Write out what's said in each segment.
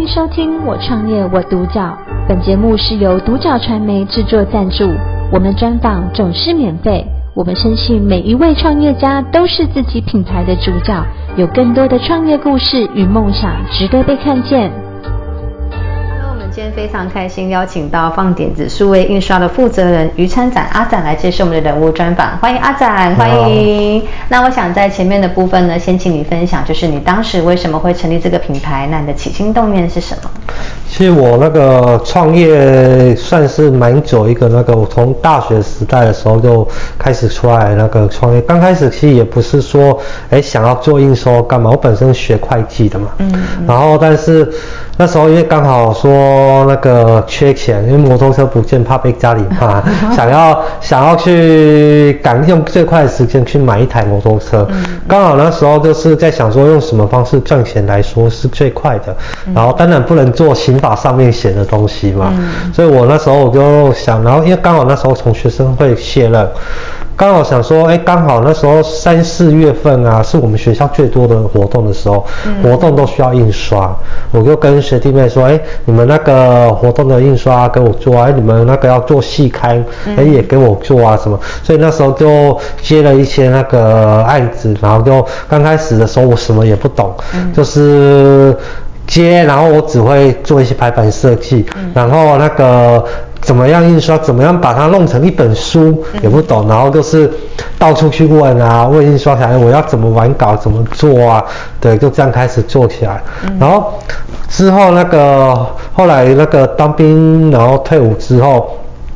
收听《我创业我独角》，本节目是由独角传媒制作赞助，我们专访总是免费。我们深信每一位创业家都是自己品牌的主角，有更多的创业故事与梦想值得被看见。今天非常开心邀请到放点子数位印刷的负责人于参展阿展来接受我们的人物专访，欢迎阿展，欢迎。那我想在前面的部分呢，先请你分享，就是你当时为什么会成立这个品牌？那你的起心动念是什么？ 其实我那个创业算是蛮久一个我从大学时代的时候就开始出来创业。刚开始其实也不是说想要做印刷干嘛，我本身学会计的嘛，然后但是那时候因为刚好说缺钱，因为摩托车不见怕被家里骂，想要去用最快的时间去买一台摩托车，刚好那时候就是在想说用什么方式赚钱来说是最快的，然后当然不能做刑法上面写的东西嘛，所以我那时候我就想，然后因为刚好那时候从学生会卸任，刚好想说刚好那时候3、4月份啊是我们学校最多的活动的时候，活动都需要印刷，我就跟学弟妹说你们活动的印刷给我做啊，你们要做细刊也给我做啊什么，所以那时候就接了一些案子，然后就刚开始的时候我什么也不懂，就是接，然后我只会做一些排版设计，然后怎么样印刷，怎么样把它弄成一本书也不懂，然后就是到处去问啊，问印刷厂我要怎么完稿，怎么做啊，对，就这样开始做起来。然后之后后来当兵，然后退伍之后，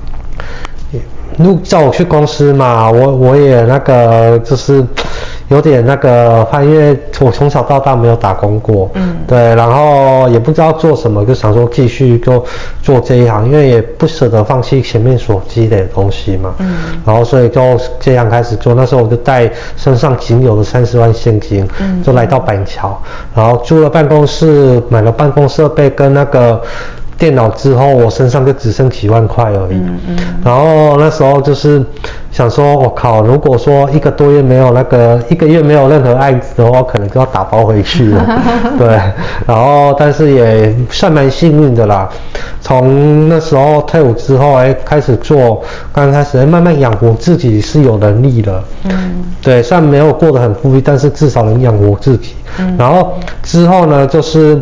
叫我去公司嘛，我也就是有点怕，因为我从小到大没有打工过，对，然后也不知道做什么，就想说继续就做这一行，因为也不舍得放弃前面所积累的东西嘛，然后所以就这样开始做。那时候我就带身上仅有的30万现金，就来到板桥，然后租了办公室，买了办公设备跟电脑之后，我身上就只剩几万块而已。然后那时候就是想说，我靠，如果说1个多月没有1个月没有任何案子的话，可能就要打包回去了。对，然后但是也算蛮幸运的啦。从那时候退伍之后，开始做，刚开始慢慢养活自己是有能力了。对，虽然没有过得很富裕，但是至少能养活自己。然后之后呢，就是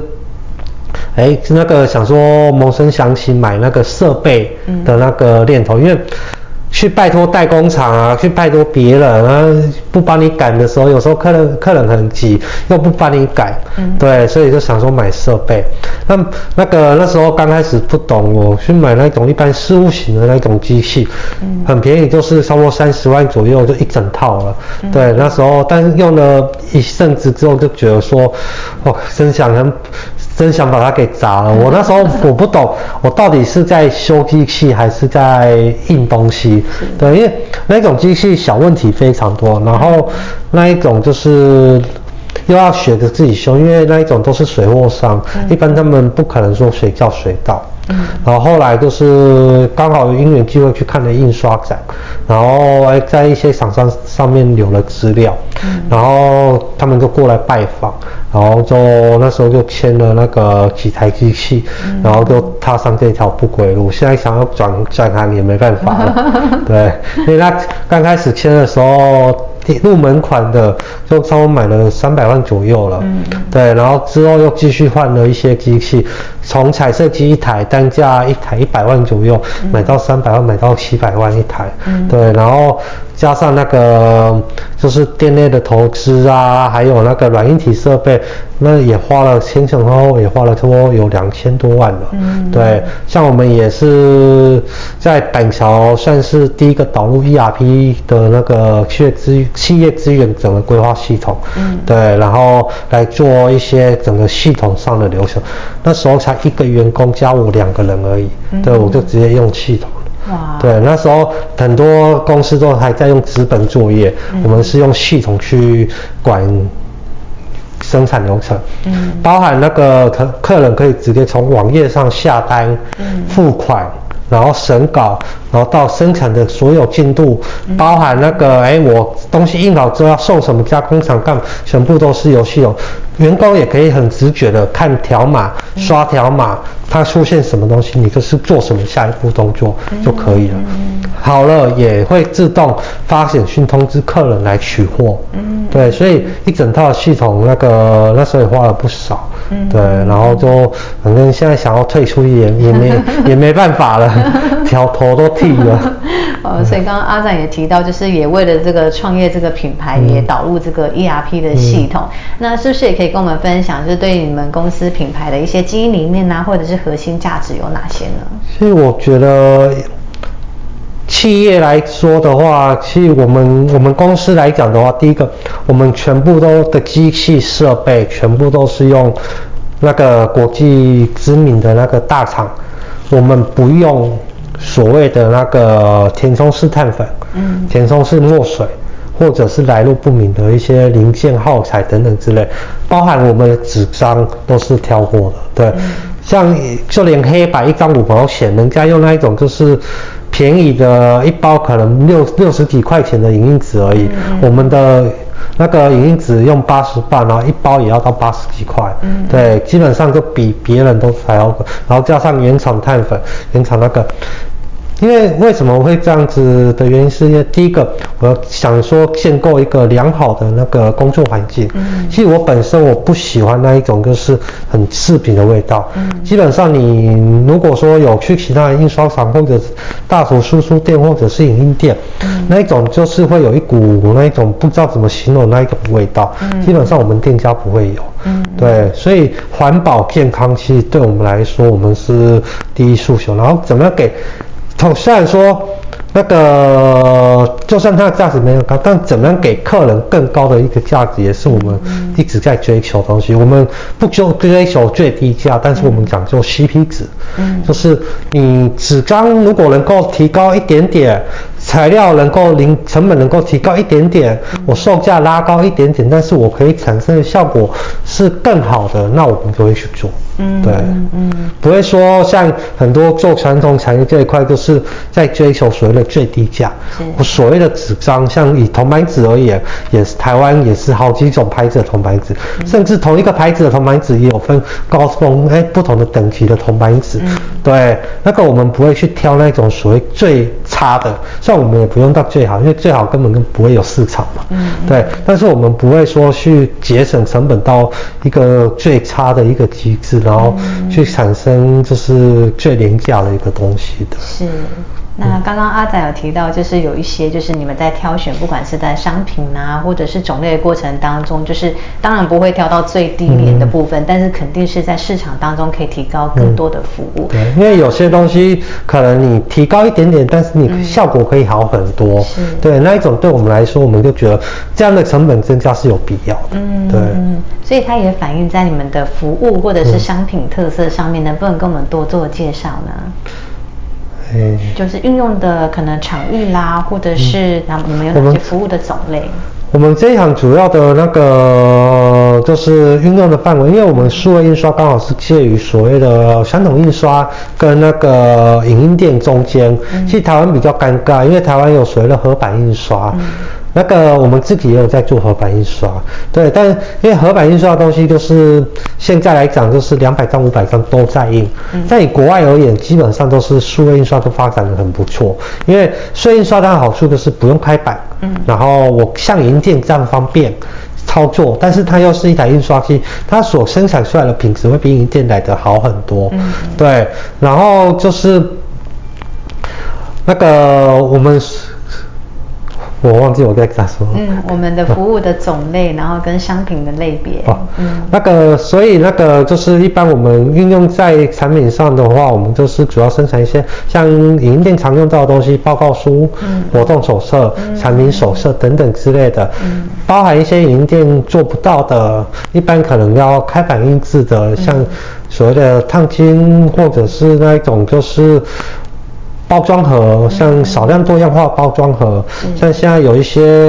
想说萌生想起买设备的念头，因为去拜托代工厂啊，去拜托别人啊，不帮你赶的时候，有时候客人很急，又不帮你赶，对，所以就想说买设备。那时候刚开始不懂，我去买那种一般事务型的那种机器，很便宜，就是差不多30万左右就一整套了。对，那时候但是用了一阵子之后，就觉得说，真想把它给砸了。我那时候我不懂，我到底是在修机器还是在印东西？对，因为那种机器小问题非常多，然后那一种就是又要学着自己修，因为那一种都是水货商，一般他们不可能说随叫随到。然后后来就是刚好有因缘机会去看了印刷展，然后在一些厂商上面留了资料，然后他们就过来拜访，然后就那时候就签了几台机器，然后就踏上这条不归路。现在想要转行也没办法了，对，因为他刚开始签的时候，入门款的就差不多买了300万左右了，对，然后之后又继续换了一些机器，从彩色机一台单价一台100万左右，买到300万，买到700万一台，对，然后加上就是店内的投资啊，还有软硬体设备，那也花了前后也花了差不多有2000多万了。对，像我们也是在板桥算是第一个导入 ERP 的企业资源整个规划系统。对，然后来做一些整个系统上的流程。那时候才1个员工加我2个人而已。对，我就直接用系统。对，那时候很多公司都还在用纸本作业，我们是用系统去管生产流程，包含客人可以直接从网页上下单、付款， 然后审稿，然后到生产的所有进度，包含那个我东西印好之后要送什么加工厂干嘛，全部都是由系统。员工也可以很直觉的看条码，刷条码，它出现什么东西，你就是做什么下一步动作就可以了。好了，也会自动发简讯通知客人来取货。对，所以一整套系统那时候也花了不少。对，然后就反正现在想要退出也没办法了，头都剃了。 所以刚刚阿展也提到，就是也为了这个创业这个品牌，也导入这个 ERP 的系统。那是不是也可以跟我们分享，就是对于你们公司品牌的一些经营理念啊，或者是核心价值有哪些呢？ 所以我觉得企业来说的话，其实我们公司来讲的话，第一个，我们全部都的机器设备全部都是用那个国际知名的那个大厂，我们不用所谓的那个填充式碳粉，填充式墨水，或者是来路不明的一些零件耗材等等之类，包含我们的纸张都是挑过的，对，像就连黑白一张5毛钱，人家用那一种就是便宜的一包可能60几块钱的影印纸而已，我们的那个影印纸用80磅，然后一包也要到80几块，对，基本上就比别人都还要，然后加上原厂碳粉，原厂那个。因为什么会这样子的原因是因为第一个，我想说建构一个良好的那个工作环境。其实我本身我不喜欢那一种就是很次品的味道。基本上你如果说有去其他的印刷厂或者大图输出店或者是影印店，那一种就是会有一股那一种不知道怎么形容那一种味道。基本上我们店家不会有。对，所以环保健康其实对我们来说，我们是第一诉求。然后怎么样给虽然说那个就算它的价值没有高，但怎么样给客人更高的一个价值，也是我们一直在追求的东西。我们不追求最低价，但是我们讲究 CP 值，就是你纸张如果能够提高一点点，材料成本能够提高一点点，我售价拉高一点点，但是我可以产生的效果是更好的，那我们就会去做。对，不会说像很多做传统产业这一块，就是在追求所谓的最低价。我所谓的纸张，像以铜白纸而言，也是台湾也是好几种牌子的铜白纸，甚至同一个牌子的铜白纸也有分高峰不同的等级的铜白纸。对，那个我们不会去挑那种所谓最差的，虽然我们也不用到最好，因为最好根本就不会有市场嘛。对，但是我们不会说去节省成本到一个最差的一个极致，然后去产生就是最廉价的一个东西的。 是。那刚刚阿仔有提到，就是有一些就是你们在挑选，不管是在商品啊，或者是种类的过程当中，就是当然不会挑到最低廉的部分，但是肯定是在市场当中可以提高更多的服务。 对，因为有些东西可能你提高一点点，但是你效果可以好很多。对，那一种对我们来说，我们就觉得这样的成本增加是有必要的。对。 所以它也反映在你们的服务或者是商品特色上面，能不能跟我们多做介绍呢？就是运用的可能场域啦，或者是你们有哪些服务的种类？ 我们这一行主要的那个就是运用的范围，因为我们数位印刷刚好是介于所谓的传统印刷跟那个影印店中间。其实台湾比较尴尬，因为台湾有所谓的合版印刷。那个我们自己也有在做合版印刷，对，但因为合版印刷的东西就是现在来讲就是200张500张都在印，但以国外而言，基本上都是数位印刷都发展得很不错，因为数位印刷它的好处就是不用开版，然后我像影印店这样方便操作，但是它又是一台印刷机，它所生产出来的品质会比影印店来的好很多，对，然后就是那个我忘记我在咋说。 我们的服务的种类，然后跟商品的类别。 所以那个就是一般我们运用在产品上的话，我们就是主要生产一些像影印店常用到的东西，报告书、活动手册、产品手册等等之类的，包含一些影印店做不到的，一般可能要开版印制的，像所谓的烫金或者是那一种就是包装盒，像少量多样化包装盒，像现在有一些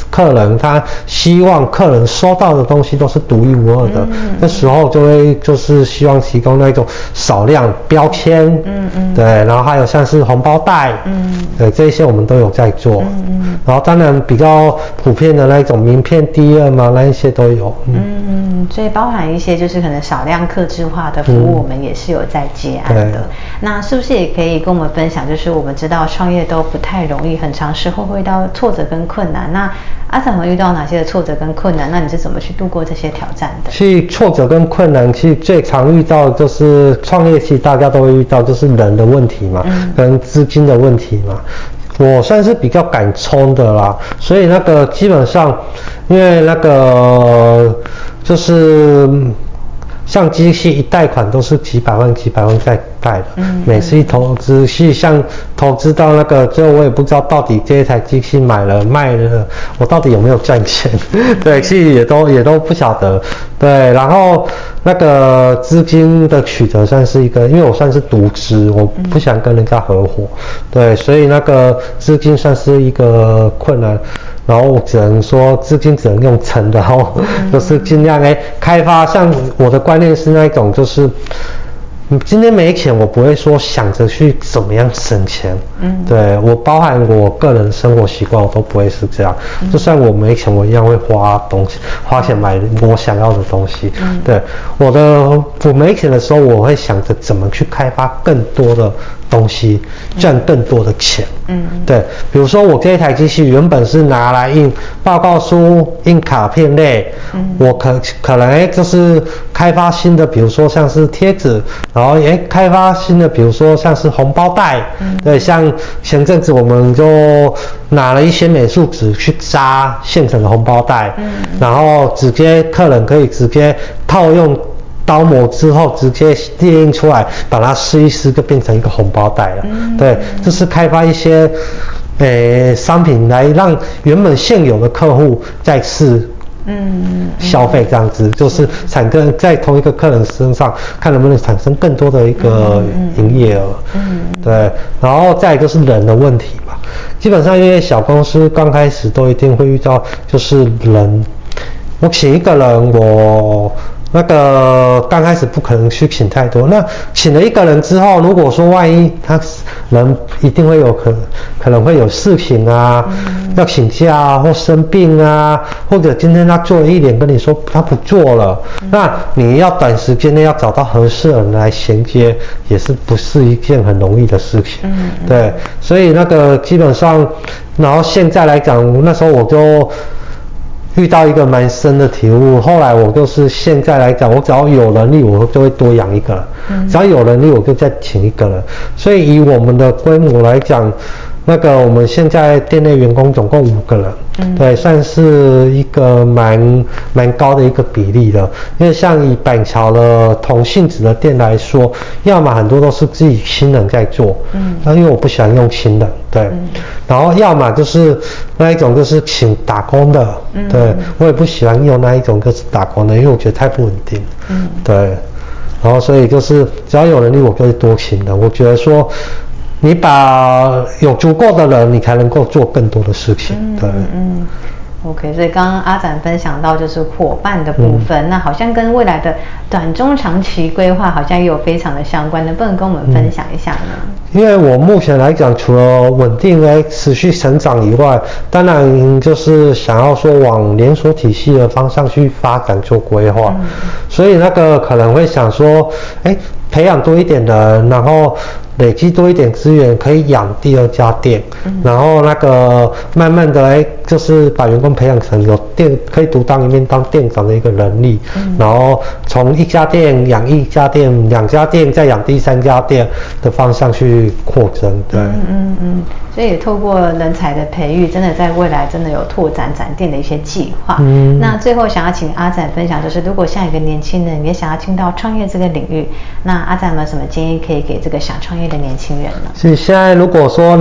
客人，他希望客人收到的东西都是独一无二的，这时候就会就是希望提供那种少量标签，对，然后还有像是红包袋，对，这些我们都有在做，然后当然比较普遍的那种名片DM嘛，那一些都有， 所以包含一些就是可能少量客制化的服务，我们也是有在接案的。那是不是也可以跟我们分享，就是我们知道创业都不太容易，很长时候会遇到挫折跟困难，那阿展会遇到哪些的挫折跟困难？那你是怎么去度过这些挑战的？ 其实挫折跟困难，其实最常遇到就是创业期大家都会遇到，就是人的问题嘛，跟资金的问题嘛。我算是比较敢冲的啦，所以那个基本上，因为那个就是像机器一贷款都是几百万在贷的，每次一投资，像投资到那个最后我也不知道到底这一台机器买了卖了，我到底有没有赚钱？对，其实也都不晓得。对，然后那个资金的取得算是一个，因为我算是独资，我不想跟人家合伙，对，所以那个资金算是一个困难。然后我只能说资金只能用撑的，然后就是尽量开发。像我的观念是那种，就是今天没钱，我不会说想着去怎么样省钱。对，我包含我个人生活习惯，我都不会是这样。就算我没钱，我一样会花钱买我想要的东西。对，我没钱的时候，我会想着怎么去开发更多的东西，赚更多的钱。对，比如说我这一台机器原本是拿来印报告书、印卡片类，我可能就是开发新的，比如说像是贴纸，然后开发新的，比如说像是红包袋。对，像前阵子我们就拿了一些美术纸去扎现成的红包袋，然后客人可以直接套用刀模之后直接列印出来，把它撕一撕就变成一个红包袋了。对，就是开发一些商品来让原本现有的客户再次消费，这样子就是在同一个客人身上看能不能产生更多的一个营业额。对，然后再就是人的问题嘛，基本上因为小公司刚开始都一定会遇到，就是人，我请一个人，我那个刚开始不可能去请太多，那请了一个人之后，如果说万一他人一定会有可能会有事情啊，要请假啊，或生病啊，或者今天他做了一脸跟你说他不做了，那你要短时间内要找到合适的人来衔接，也是不是一件很容易的事情。对，所以那个基本上，然后现在来讲，那时候我就遇到一个蛮深的体悟，后来我就是现在来讲，我只要有能力，我就会多养一个人，只要有能力，我就再请一个人。所以以我们的规模来讲，那个我们现在店内员工总共5个人，对，算是一个蛮高的一个比例的。因为像以板桥的同性质的店来说，要么很多都是自己亲人在做，那因为我不喜欢用亲人，对，然后要么就是那一种就是请打工的，对，我也不喜欢用那一种就是打工的，因为我觉得太不稳定，对，然后所以就是只要有能力，我就会多请人。我觉得说，你把有足够的人，你才能够做更多的事情。对。 OK， 所以刚刚阿展分享到就是伙伴的部分，那好像跟未来的短中长期规划好像也有非常的相关，能不能跟我们分享一下呢？ 因为我目前来讲，除了稳定持续成长以外，当然就是想要说往连锁体系的方向去发展做规划，所以那个可能会想说，培养多一点人，然后累积多一点资源，可以养第2家店，然后那个慢慢的就是把员工培养成有店可以独当一面当店长的一个能力，然后从1家店养1家店，2家店再养第3家店的方向去扩增。对， 所以也透过人才的培育，真的在未来真的有拓展展店的一些计划。那最后想要请阿展分享，就是如果像一个年轻人也想要进到创业这个领域，那阿展有没有什么建议可以给这个想创业的年轻人呢？ 是现在如果说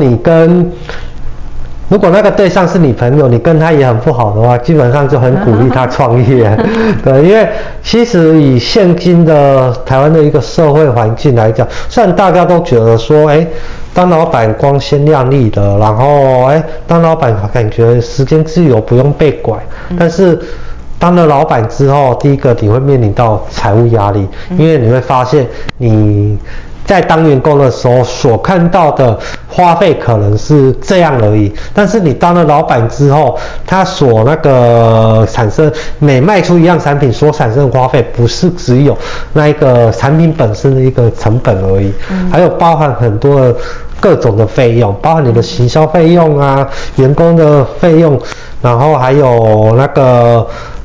如果那个对象是你朋友，你跟他也很不好的话，基本上就很鼓励他创业。对，因为其实以现今的台湾的一个社会环境来讲，虽然大家都觉得说， 当老板光鲜亮丽的，然后当老板感觉时间自由，不用被拐，但是当了老板之后，第一个你会面临到财务压力，因为你会发现你在当员工的时候所看到的花费可能是这样而已，但是你当了老板之后，他所那个产生每卖出一样产品所产生的花费，不是只有那一个产品本身的一个成本而已，还有包含很多的各种的费用，包含你的行销费用啊、员工的费用，然后还有那个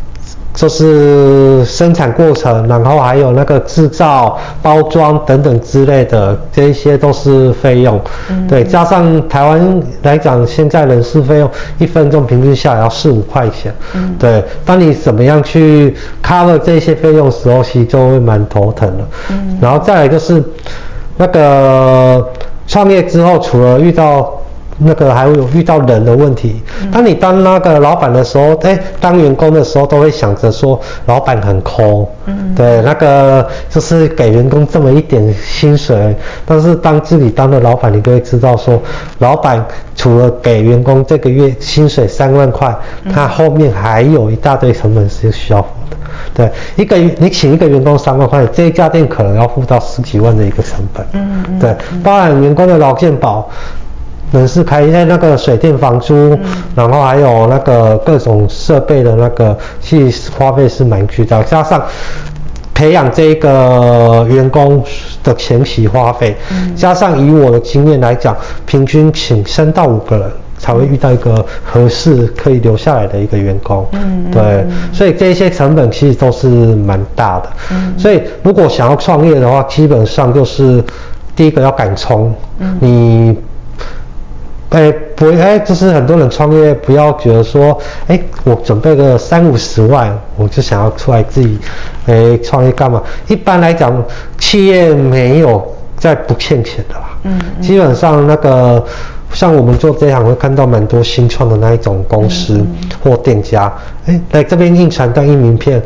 就是生产过程，然后还有那个制造、包装等等之类的，这一些都是费用。对，加上台湾来讲，现在人事费用1分钟平均下来要4-5块钱。对，当你怎么样去 cover 这些费用的时候，其实就会蛮头疼的。然后再来就是那个创业之后，除了遇到那个还会有遇到人的问题。当你当那个老板的时候，当员工的时候都会想着说老板很抠，对，那个就是给员工这么一点薪水。但是当自己当了老板，你就会知道说，老板除了给员工这个月薪水3万块，他后面还有一大堆成本是需要付的。对，你请一个员工3万块，这一家店可能要付到10几万的一个成本。对，包含员工的劳健保。人事开那个水电房租，然后还有那个各种设备的那个，其实花费是蛮巨大，加上培养这个员工的前期花费，加上以我的经验来讲，平均请3到5个人才会遇到一个合适可以留下来的一个员工。对，所以这些成本其实都是蛮大的。所以如果想要创业的话，基本上就是第一个要敢冲，你不会，就是很多人创业不要觉得说，我准备个30-50万，我就想要出来自己，创业干嘛？一般来讲，企业没有在不欠钱的啦。基本上那个。像我们做这一行会看到蛮多新创的那一种公司或店家，来这边印传单、印名片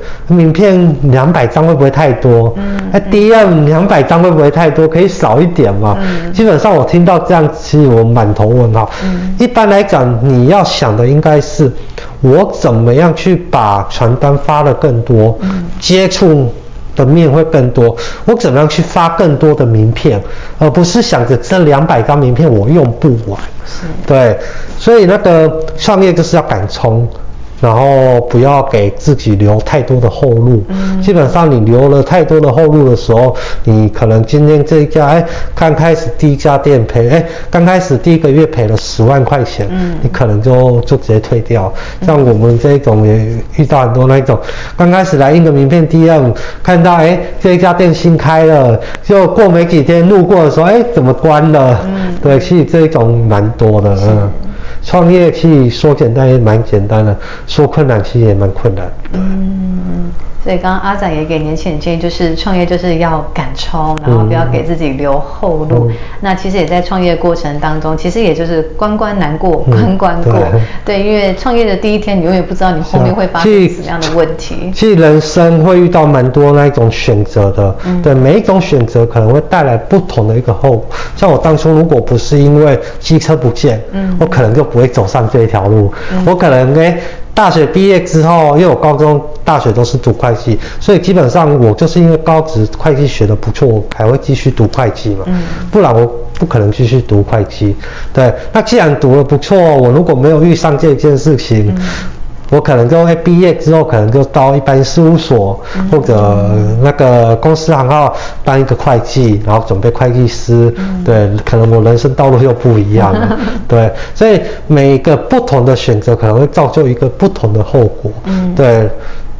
200张会不会太多？DM 200张会不会太多？可以少一点嘛？基本上我听到这样，其实我满头问号。一般来讲，你要想的应该是我怎么样去把传单发得更多，接触的面会更多，我怎么样去发更多的名片，而不是想着这200张名片我用不完。对，所以那个创业就是要敢冲，然后不要给自己留太多的后路。基本上你留了太多的后路的时候，你可能今天这一家刚开始第一家店刚开始第一个月赔了10万块钱，你可能就直接退掉。像我们这种也遇到很多那种刚开始来印个名片DM，看到这一家店新开了，就过没几天路过的时候怎么关了？对，其实这一种蛮多的。创业其实说简单也蛮简单的，说困难其实也蛮困难的。 所以刚刚阿展也给年轻人建议，就是创业就是要敢冲，然后不要给自己留后路。那其实也在创业过程当中，其实也就是关关难过关关过。对，因为创业的第一天，你永远不知道你后面会发生什么样的问题。 其实人生会遇到蛮多那一种选择的，对，每一种选择可能会带来不同的一个后果。像我当初如果不是因为机车不见，我可能就不会走上这一条路。我可能大学毕业之后，因为我高中、大学都是读会计，所以基本上我就是因为高职会计学得不错，我还会继续读会计嘛，不然我不可能继续读会计。对，那既然读得不错，我如果没有遇上这件事情，我可能就会毕业之后，可能就到一般事务所或者那个公司行号当一个会计，然后准备会计师。对，可能我人生道路又不一样了。对，所以每个不同的选择可能会造就一个不同的后果。对。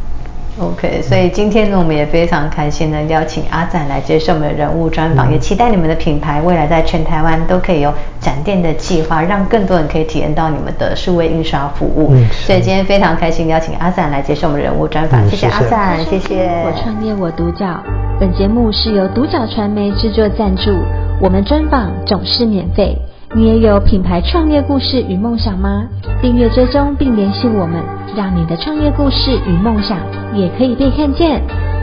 OK， 所以今天呢，我们也非常开心的邀请阿展来接受我们的人物专访，也期待你们的品牌未来在全台湾都可以有展店的计划，让更多人可以体验到你们的数位印刷服务。所以今天非常开心邀请阿展来接受我们人物专访，谢谢阿展，谢谢。 我创业我独角，本节目是由独角传媒制作赞助，我们专访总是免费。你也有品牌创业故事与梦想吗？订阅追踪并联系我们，让你的创业故事与梦想也可以被看见。